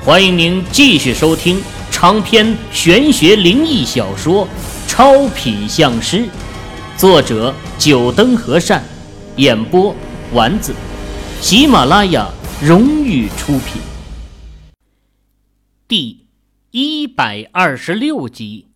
欢迎您继续收听长篇玄学灵异小说《超品相师》，作者九灯和善，演播丸子，喜马拉雅荣誉出品。第126集。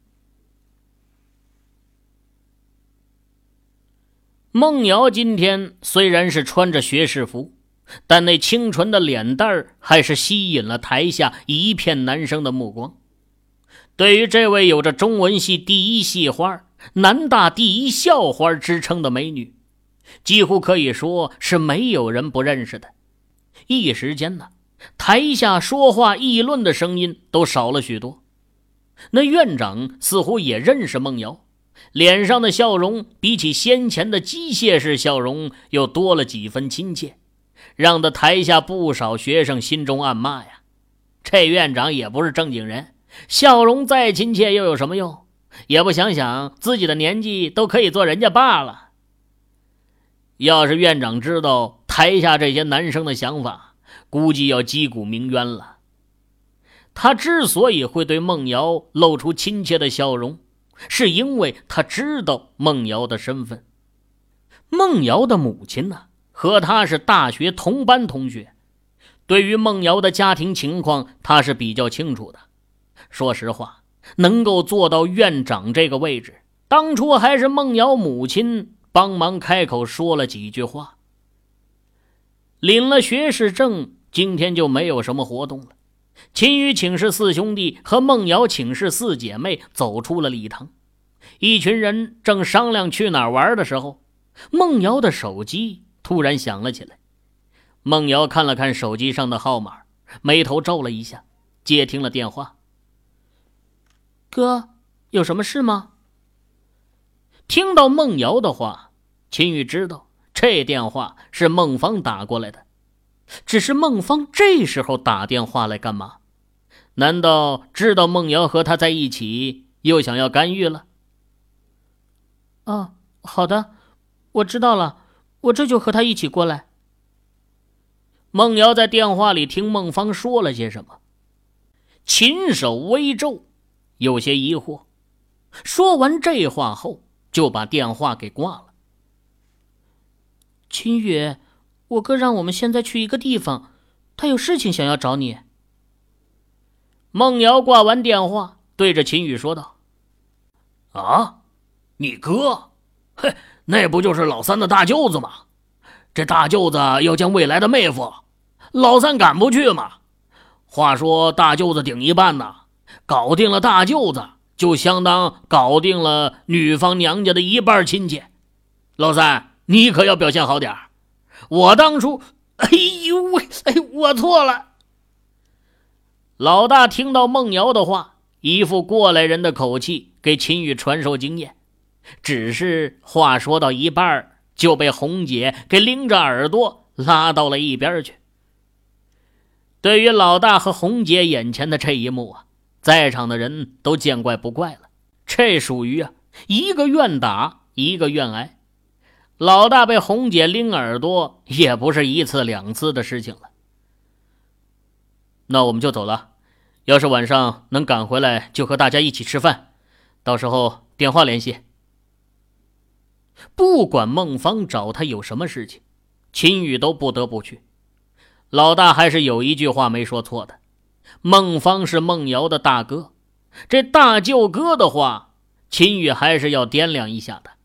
孟瑶今天虽然是穿着学士服，但那清纯的脸蛋儿还是吸引了台下一片男生的目光。对于这位有着中文系第一系花、南大第一校花之称的美女，几乎可以说是没有人不认识的。一时间呢，台下说话议论的声音都少了许多。那院长似乎也认识孟瑶，脸上的笑容比起先前的机械式笑容又多了几分亲切，让得台下不少学生心中暗骂呀，这院长也不是正经人，笑容再亲切又有什么用？也不想想自己的年纪都可以做人家爸了。要是院长知道台下这些男生的想法，估计要击鼓鸣冤了。他之所以会对孟瑶露出亲切的笑容，是因为他知道孟瑶的身份。孟瑶的母亲呢，和他是大学同班同学，对于孟瑶的家庭情况他是比较清楚的。说实话，能够做到院长这个位置，当初还是孟瑶母亲帮忙开口说了几句话。领了学士证，今天就没有什么活动了。秦宇请示四兄弟和孟瑶请示四姐妹走出了礼堂，一群人正商量去哪儿玩的时候，孟瑶的手机突然响了起来。孟瑶看了看手机上的号码，眉头皱了一下，接听了电话。哥，有什么事吗？听到孟瑶的话，秦宇知道这电话是孟芳打过来的。只是孟芳这时候打电话来干嘛？难道知道孟瑶和他在一起，又想要干预了？好的，我知道了，我这就和他一起过来。孟瑶在电话里听孟芳说了些什么，琴手微皱，有些疑惑。说完这话后，就把电话给挂了。秦宇，我哥让我们现在去一个地方，他有事情想要找你。孟瑶挂完电话，对着秦宇说道：啊，你哥？嘿，那不就是老三的大舅子吗？这大舅子要见未来的妹夫，老三赶不去吗？话说大舅子顶一半呢，搞定了大舅子，就相当搞定了女方娘家的一半亲戚。老三，你可要表现好点，我当初，我错了。老大听到孟瑶的话，一副过来人的口气给秦宇传授经验，只是话说到一半，就被红姐给拎着耳朵拉到了一边去。对于老大和红姐眼前的这一幕啊，在场的人都见怪不怪了。这属于一个愿打一个愿挨。老大被红姐拎耳朵也不是一次两次的事情了。那我们就走了，要是晚上能赶回来，就和大家一起吃饭，到时候电话联系。不管孟芳找他有什么事情，秦宇都不得不去。老大还是有一句话没说错的，孟芳是孟瑶的大哥，这大舅哥的话，秦宇还是要掂量一下的。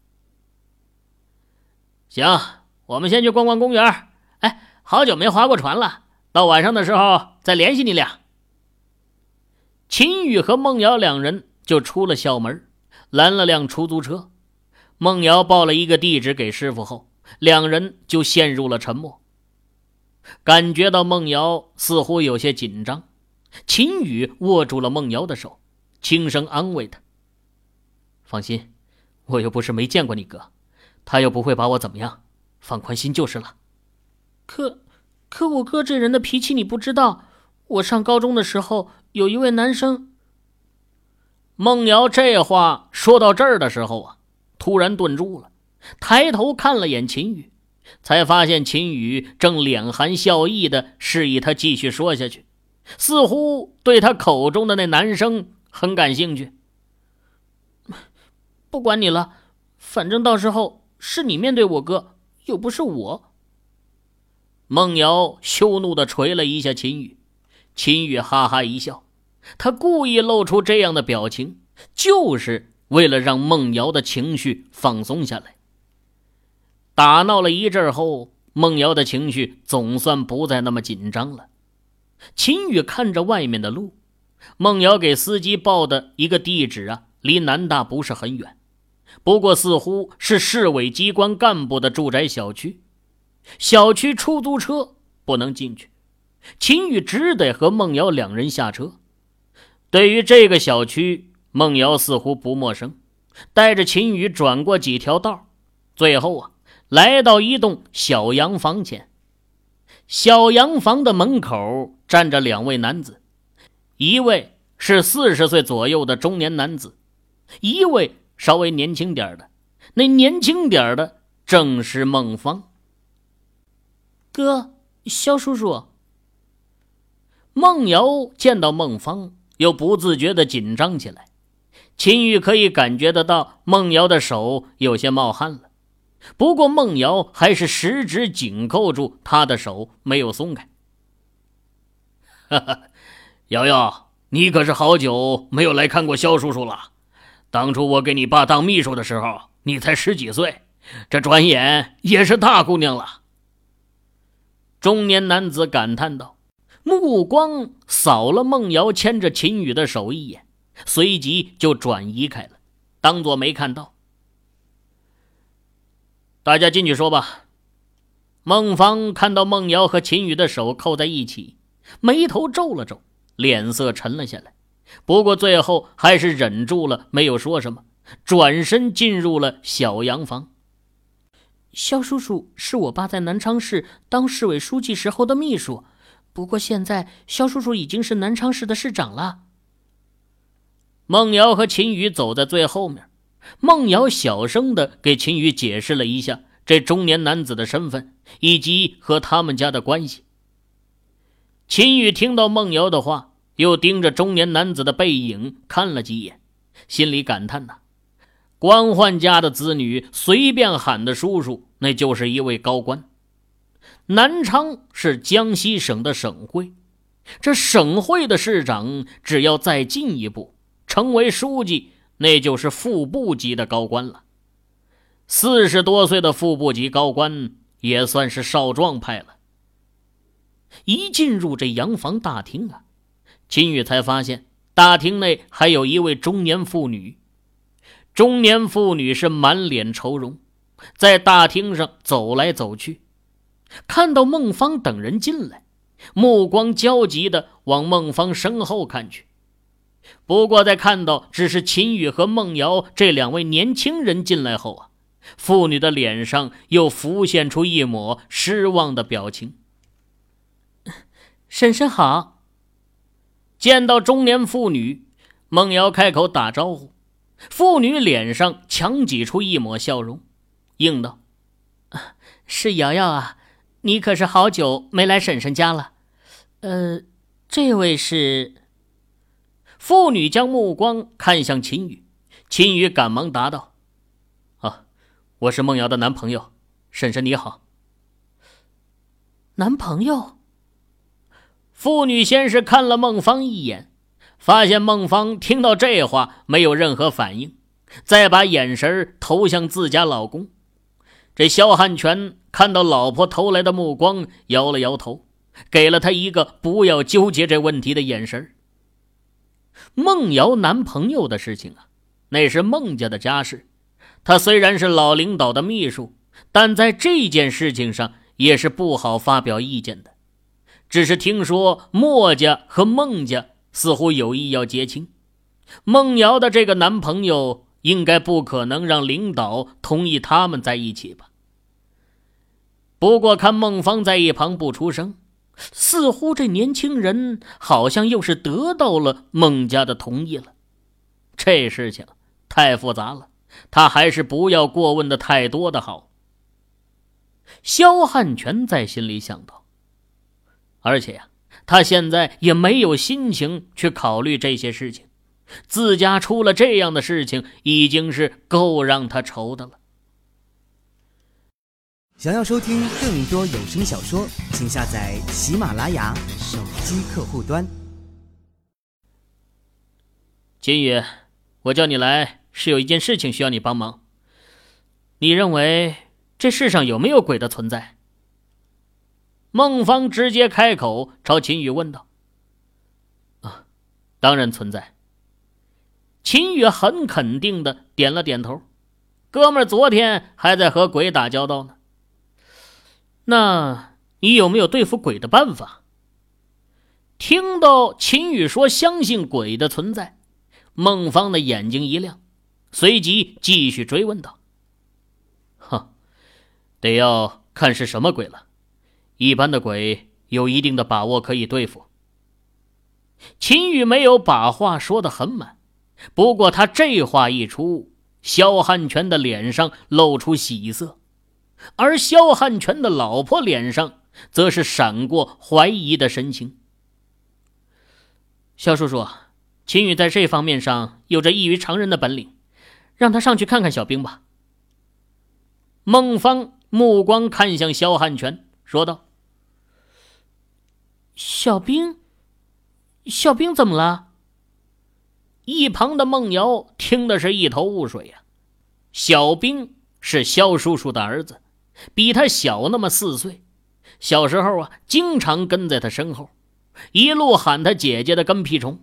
行，我们先去逛逛公园。好久没划过船了，到晚上的时候再联系你俩。秦宇和孟瑶两人就出了校门，拦了辆出租车。孟瑶报了一个地址给师傅后，两人就陷入了沉默。感觉到孟瑶似乎有些紧张，秦宇握住了孟瑶的手，轻声安慰她：放心，我又不是没见过你哥，他又不会把我怎么样，放宽心就是了。可我哥这人的脾气你不知道，我上高中的时候有一位男生。孟瑶这话说到这儿的时候啊，突然顿住了，抬头看了眼秦宇，才发现秦宇正脸含笑意的示意他继续说下去， 似乎对他口中的那男生很感兴趣。不管你了，反正到时候是你面对我哥，又不是我。孟瑶羞怒地捶了一下秦宇，秦宇哈哈一笑，他故意露出这样的表情，就是为了让孟瑶的情绪放松下来。打闹了一阵后，孟瑶的情绪总算不再那么紧张了。秦宇看着外面的路，孟瑶给司机报的一个地址离南大不是很远，不过似乎是市委机关干部的住宅小区，小区出租车不能进去，秦宇只得和孟瑶两人下车。对于这个小区，孟瑶似乎不陌生，带着秦宇转过几条道，最后来到一栋小洋房前。小洋房的门口站着两位男子，一位是40岁左右的中年男子，一位稍微年轻点的，那年轻点的正是孟芳。哥，肖叔叔。孟瑶见到孟芳，又不自觉地紧张起来。秦宇可以感觉得到孟瑶的手有些冒汗了，不过孟瑶还是十指紧扣住他的手，没有松开。哈哈，瑶瑶，你可是好久没有来看过肖叔叔了。当初我给你爸当秘书的时候，你才10几岁，这转眼也是大姑娘了。中年男子感叹道，目光扫了孟瑶牵着秦宇的手一眼，随即就转移开了，当作没看到。大家进去说吧。孟芳看到孟瑶和秦宇的手扣在一起，眉头皱了皱，脸色沉了下来，不过最后还是忍住了没有说什么，转身进入了小洋房。肖叔叔是我爸在南昌市当市委书记时候的秘书，不过现在肖叔叔已经是南昌市的市长了。孟瑶和秦宇走在最后面，孟瑶小声地给秦宇解释了一下这中年男子的身份以及和他们家的关系。秦宇听到孟瑶的话，又盯着中年男子的背影看了几眼，心里感叹官宦家的子女随便喊的叔叔，那就是一位高官。南昌是江西省的省会，这省会的市长只要再进一步成为书记，那就是副部级的高官了。40多岁的副部级高官也算是少壮派了。一进入这洋房大厅秦宇才发现大厅内还有一位中年妇女。中年妇女是满脸愁容，在大厅上走来走去，看到孟芳等人进来，目光焦急地往孟芳身后看去。不过在看到只是秦宇和孟瑶这两位年轻人进来后妇女的脸上又浮现出一抹失望的表情。婶婶好。见到中年妇女，孟瑶开口打招呼，妇女脸上强挤出一抹笑容，应道：是瑶瑶你可是好久没来婶婶家了。这位是……妇女将目光看向秦宇，秦宇赶忙答道：我是孟瑶的男朋友，婶婶你好。男朋友？妇女先是看了孟芳一眼，发现孟芳听到这话没有任何反应，再把眼神投向自家老公。这萧汉全看到老婆投来的目光，摇了摇头，给了他一个不要纠结这问题的眼神。孟瑶男朋友的事情那是孟家的家事，他虽然是老领导的秘书，但在这件事情上也是不好发表意见的。只是听说墨家和孟家似乎有意要结亲，孟瑶的这个男朋友应该不可能让领导同意他们在一起吧。不过看孟芳在一旁不出声，似乎这年轻人好像又是得到了孟家的同意了。这事情太复杂了，他还是不要过问的太多的好。萧汉全在心里想到，而且他现在也没有心情去考虑这些事情，自家出了这样的事情已经是够让他愁的了。 想要收听更多有声小说，请下载喜马拉雅手机客户端。 秦宇，我叫你来是有一件事情需要你帮忙。你认为这世上有没有鬼的存在？孟芳直接开口朝秦宇问道。当然存在。秦宇很肯定的点了点头。哥们儿昨天还在和鬼打交道呢。那你有没有对付鬼的办法？听到秦宇说相信鬼的存在，孟芳的眼睛一亮，随即继续追问道。得要看是什么鬼了。一般的鬼有一定的把握可以对付。秦宇没有把话说得很满，不过他这话一出，萧汉全的脸上露出喜色，而萧汉全的老婆脸上则是闪过怀疑的神情。萧叔叔，秦宇在这方面上有着异于常人的本领，让他上去看看小兵吧。孟芳目光看向萧汉全，说道。小兵怎么了？一旁的孟瑶听的是一头雾水呀。小兵是萧叔叔的儿子，比他小那么4岁，小时候经常跟在他身后，一路喊他姐姐的跟屁虫。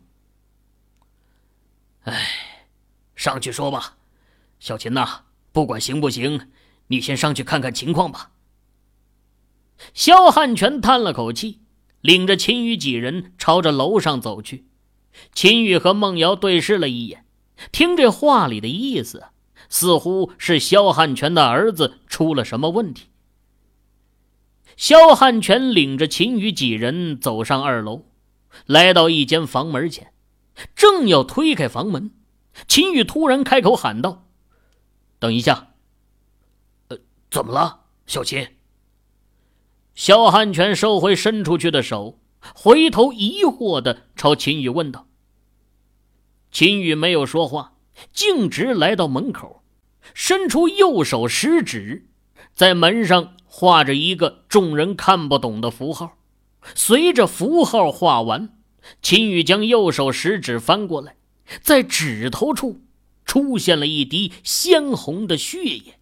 上去说吧，小秦呐，不管行不行，你先上去看看情况吧。萧汉全叹了口气，领着秦宇几人朝着楼上走去。秦宇和孟瑶对视了一眼，听这话里的意思，似乎是萧汉全的儿子出了什么问题。萧汉全领着秦宇几人走上2楼，来到一间房门前，正要推开房门，秦宇突然开口喊道：等一下。怎么了，小秦？萧汉全收回伸出去的手，回头疑惑地朝秦宇问道。秦宇没有说话，径直来到门口，伸出右手食指，在门上画着一个众人看不懂的符号。随着符号画完，秦宇将右手食指翻过来，在指头处出现了一滴鲜红的血液。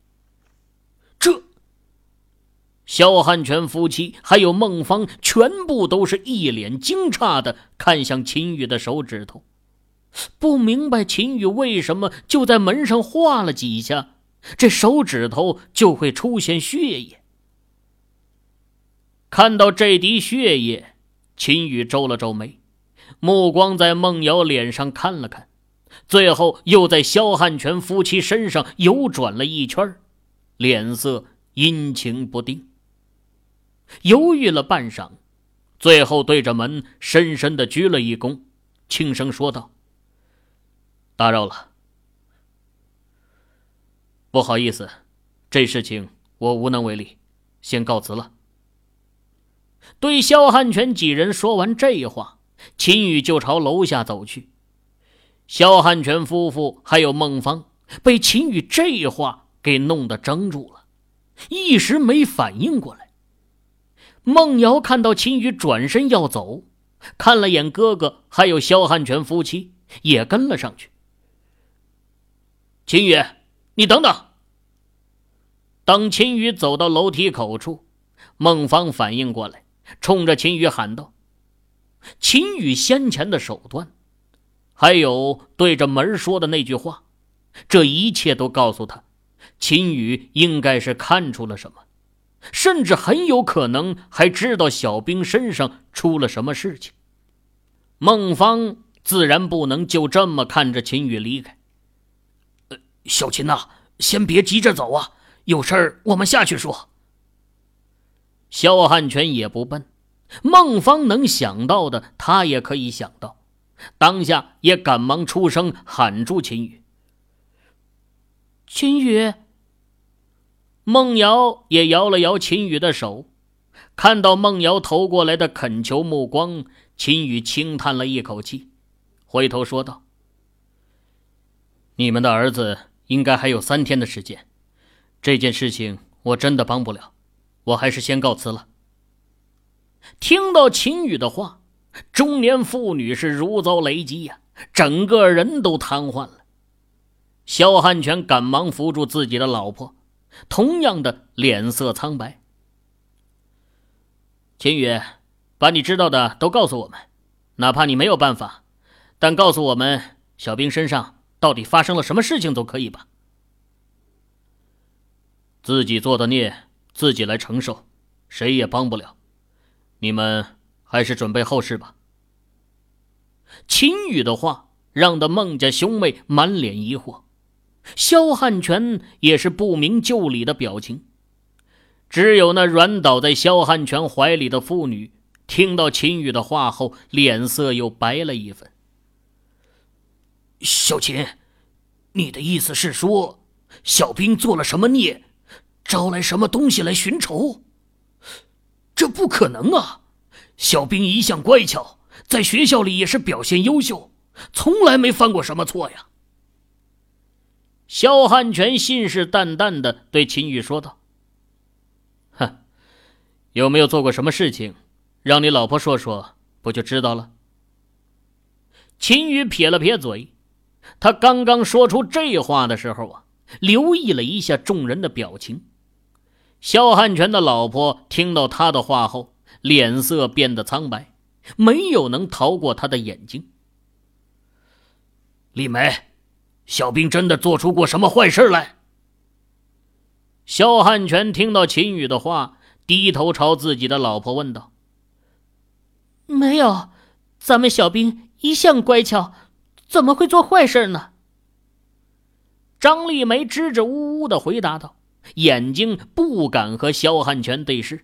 萧汉全夫妻还有孟芳全部都是一脸惊诧地看向秦宇的手指头，不明白秦宇为什么就在门上画了几下，这手指头就会出现血液。看到这滴血液，秦宇皱了皱眉，目光在孟瑶脸上看了看，最后又在萧汉全夫妻身上游转了一圈，脸色阴晴不定。犹豫了半晌，最后对着门深深地鞠了一躬，轻声说道：打扰了。不好意思，这事情我无能为力，先告辞了。对萧汉全几人说完这话，秦宇就朝楼下走去。萧汉全夫妇还有孟芳被秦宇这话给弄得怔住了，一时没反应过来。孟瑶看到秦宇转身要走，看了眼哥哥还有萧汉全夫妻，也跟了上去。秦宇，你等等。当秦宇走到楼梯口处，孟芳反应过来，冲着秦宇喊道。秦宇先前的手段，还有对着门说的那句话，这一切都告诉他，秦宇应该是看出了什么，甚至很有可能还知道小兵身上出了什么事情。孟芳自然不能就这么看着秦宇离开。小秦呐，先别急着走啊，有事儿我们下去说。萧汉全也不笨，孟芳能想到的他也可以想到，当下也赶忙出声喊住秦宇。秦宇。孟瑶也摇了摇秦宇的手， 看到孟瑶投过来的恳求目光，秦宇轻叹了一口气，回头说道：你们的儿子应该还有3天的时间，这件事情我真的帮不了，我还是先告辞了。听到秦宇的话，中年妇女是如遭雷击呀，整个人都瘫痪了。萧汉全赶忙扶住自己的老婆，同样的脸色苍白。秦宇，把你知道的都告诉我们，哪怕你没有办法，但告诉我们小兵身上到底发生了什么事情都可以吧？自己做的孽自己来承受，谁也帮不了，你们还是准备后事吧。秦宇的话让得孟家兄妹满脸疑惑，萧汉全也是不明就里的表情。只有那软倒在萧汉全怀里的妇女听到秦宇的话后，脸色又白了一分。 小秦，你的意思是说小兵做了什么孽，招来什么东西来寻仇？这不可能啊，小兵一向乖巧，在学校里也是表现优秀，从来没犯过什么错呀。 萧汉全信誓旦旦地对秦宇说道：哼，有没有做过什么事情，让你老婆说说不就知道了？秦宇撇了撇嘴，他刚刚说出这话的时候啊，留意了一下众人的表情。萧汉全的老婆听到他的话后，脸色变得苍白，没有能逃过他的眼睛。 丽梅，小兵真的做出过什么坏事来？ 萧汉全听到秦宇的话，低头朝自己的老婆问道： 没有，咱们小兵一向乖巧，怎么会做坏事呢？ 张丽梅支支吾吾地回答道，眼睛不敢和萧汉全对视。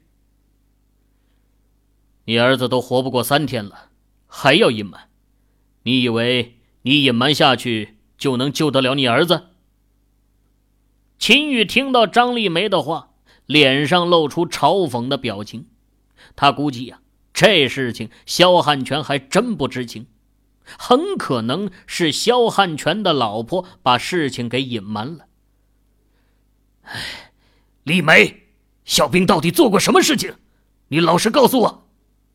你儿子都活不过3天了，还要隐瞒？你以为你隐瞒下去就能救得了你儿子？秦宇听到张丽梅的话，脸上露出嘲讽的表情。他估计啊，这事情萧汉全还真不知情，很可能是萧汉全的老婆把事情给隐瞒了。 丽梅，小兵到底做过什么事情？你老实告诉我。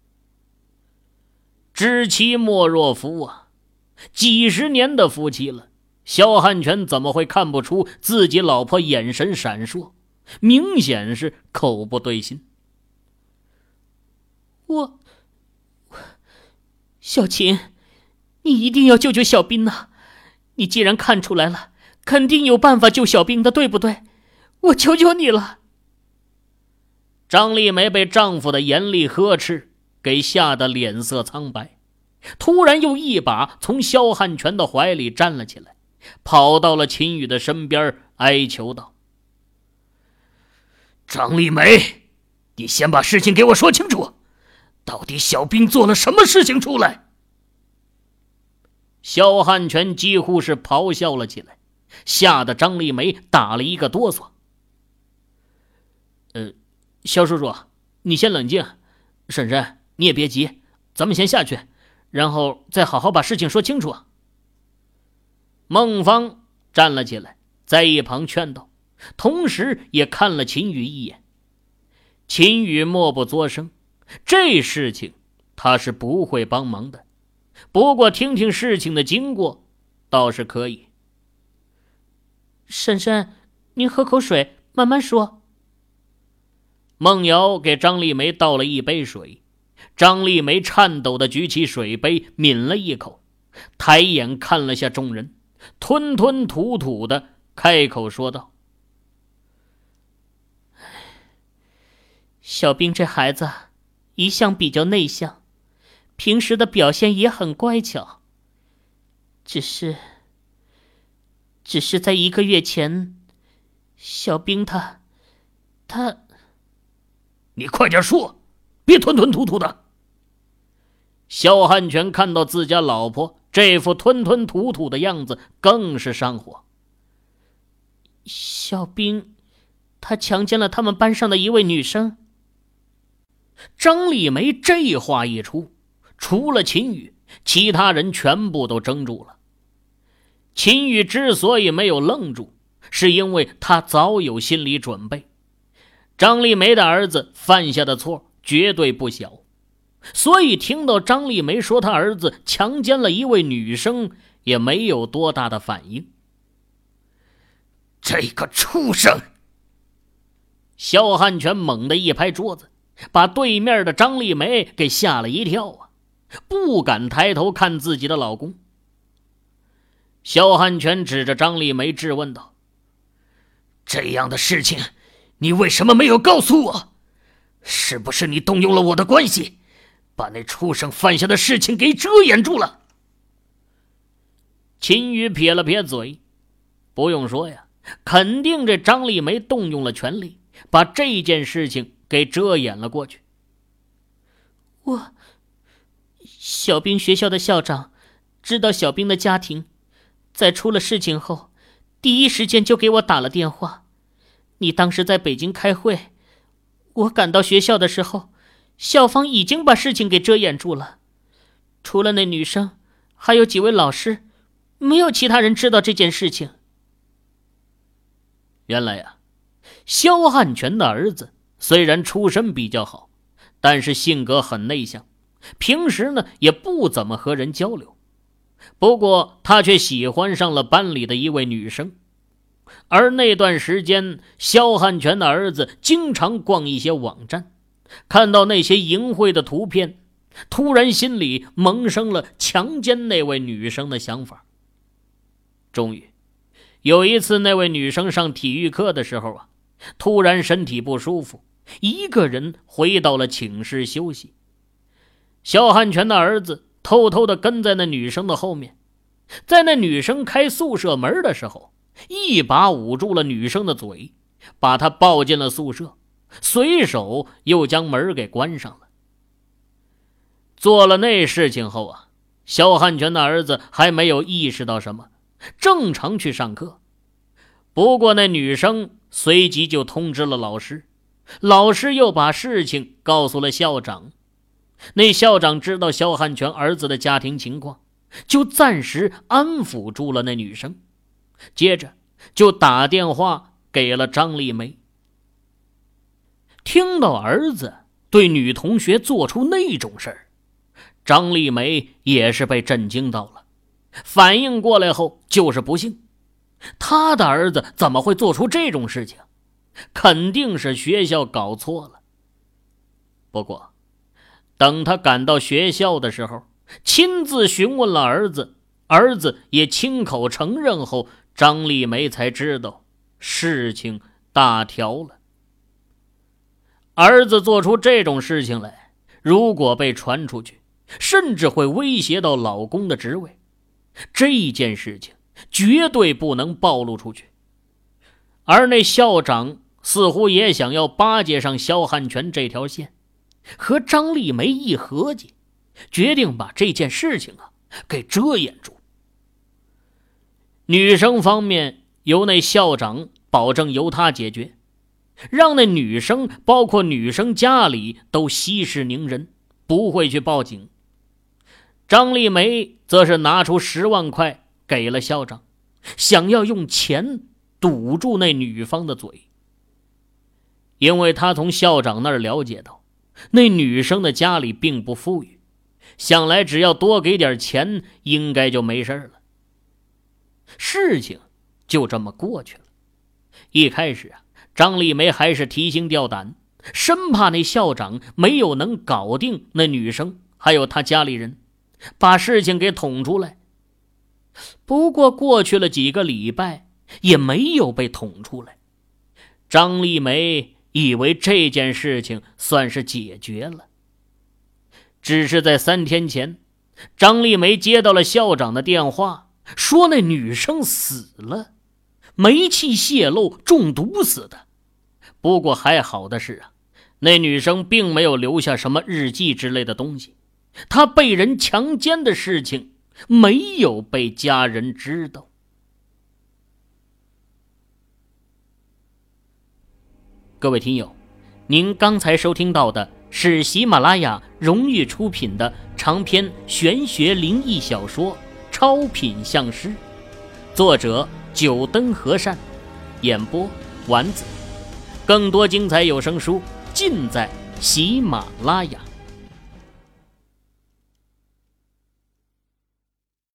知妻莫若夫啊，几十年的夫妻了，萧汉全怎么会看不出自己老婆眼神闪烁，明显是口不对心。 小秦，你一定要救救小兵呐！你既然看出来了，肯定有办法救小兵的，对不对？我求求你了。 张丽梅被丈夫的严厉呵斥给吓得脸色苍白，突然又一把从萧汉全的怀里站了起来，跑到了秦宇的身边，哀求道： 张丽梅，你先把事情给我说清楚，到底小兵做了什么事情出来？ 萧汉全几乎是咆哮了起来，吓得张丽梅打了一个哆嗦。萧叔叔，你先冷静，婶婶你也别急，咱们先下去，然后再好好把事情说清楚。孟芳站了起来，在一旁劝道，同时也看了秦宇一眼。秦宇默不作声，这事情他是不会帮忙的，不过听听事情的经过倒是可以。 婶婶，您喝口水，慢慢说。 孟瑶给张丽梅倒了一杯水，张丽梅颤抖地举起水杯抿了一口，抬眼看了下众人，吞吞吐吐地开口说道： 小兵这孩子一向比较内向，平时的表现也很乖巧，只是在1个月前，小兵他你快点说，别吞吞吐吐的。 萧汉全看到自家老婆这副吞吞吐吐的样子，更是上火。 小兵他强奸了他们班上的一位女生。 张丽梅这话一出，除了秦宇，其他人全部都怔住了。秦宇之所以没有愣住，是因为他早有心理准备。张丽梅的儿子犯下的错绝对不小，所以听到张丽梅说他儿子强奸了一位女生，也没有多大的反应。 这个畜生！ 萧汉全猛地一拍桌子，把对面的张丽梅给吓了一跳啊，不敢抬头看自己的老公。萧汉全指着张丽梅质问道： 这样的事情你为什么没有告诉我？是不是你动用了我的关系，把那畜生犯下的事情给遮掩住了？ 秦宇撇了撇嘴，不用说呀，肯定这张丽梅动用了权力，把这件事情给遮掩了过去。 小兵学校的校长知道小兵的家庭，在出了事情后，第一时间就给我打了电话。你当时在北京开会，我赶到学校的时候，校方已经把事情给遮掩住了。除了那女生，还有几位老师，没有其他人知道这件事情。 原来呀，萧汉全的儿子虽然出身比较好，但是性格很内向，平时呢也不怎么和人交流。不过他却喜欢上了班里的一位女生，而那段时间萧汉全的儿子经常逛一些网站，看到那些淫秽的图片，突然心里萌生了强奸那位女生的想法。终于有一次，那位女生上体育课的时候啊，突然身体不舒服，一个人回到了寝室休息。萧汉全的儿子偷偷地跟在那女生的后面，在那女生开宿舍门的时候，一把捂住了女生的嘴，把她抱进了宿舍，随手又将门给关上了。做了那事情后啊，萧汉全的儿子还没有意识到什么，正常去上课。不过那女生随即就通知了老师，老师又把事情告诉了校长。那校长知道萧汉全儿子的家庭情况，就暂时安抚住了那女生，接着就打电话给了张丽梅。听到儿子对女同学做出那种事儿，张丽梅也是被震惊到了，反应过来后就是不幸，他的儿子怎么会做出这种事情？肯定是学校搞错了。不过等他赶到学校的时候，亲自询问了儿子，儿子也亲口承认后，张丽梅才知道事情大条了。儿子做出这种事情来，如果被传出去，甚至会威胁到老公的职位，这件事情绝对不能暴露出去。而那校长似乎也想要巴结上萧汉全这条线，和张丽梅一合计，决定把这件事情给遮掩住。女生方面由那校长保证由他解决，让那女生包括女生家里都息事宁人，不会去报警。张丽梅则是拿出10万块给了校长，想要用钱堵住那女方的嘴。因为他从校长那儿了解到，那女生的家里并不富裕，想来只要多给点钱，应该就没事了。事情就这么过去了。一开始张丽梅还是提心吊胆，生怕那校长没有能搞定那女生还有她家里人，把事情给捅出来。不过过去了几个礼拜，也没有被捅出来。张丽梅以为这件事情算是解决了。只是在3天前，张丽梅接到了校长的电话，说那女生死了，煤气泄漏中毒死的。不过还好的是那女生并没有留下什么日记之类的东西，她被人强奸的事情没有被家人知道。各位听友，您刚才收听到的是喜马拉雅荣誉出品的长篇玄学灵异小说《超品相师》，作者九灯和善，演播丸子。更多精彩有声书尽在喜马拉雅。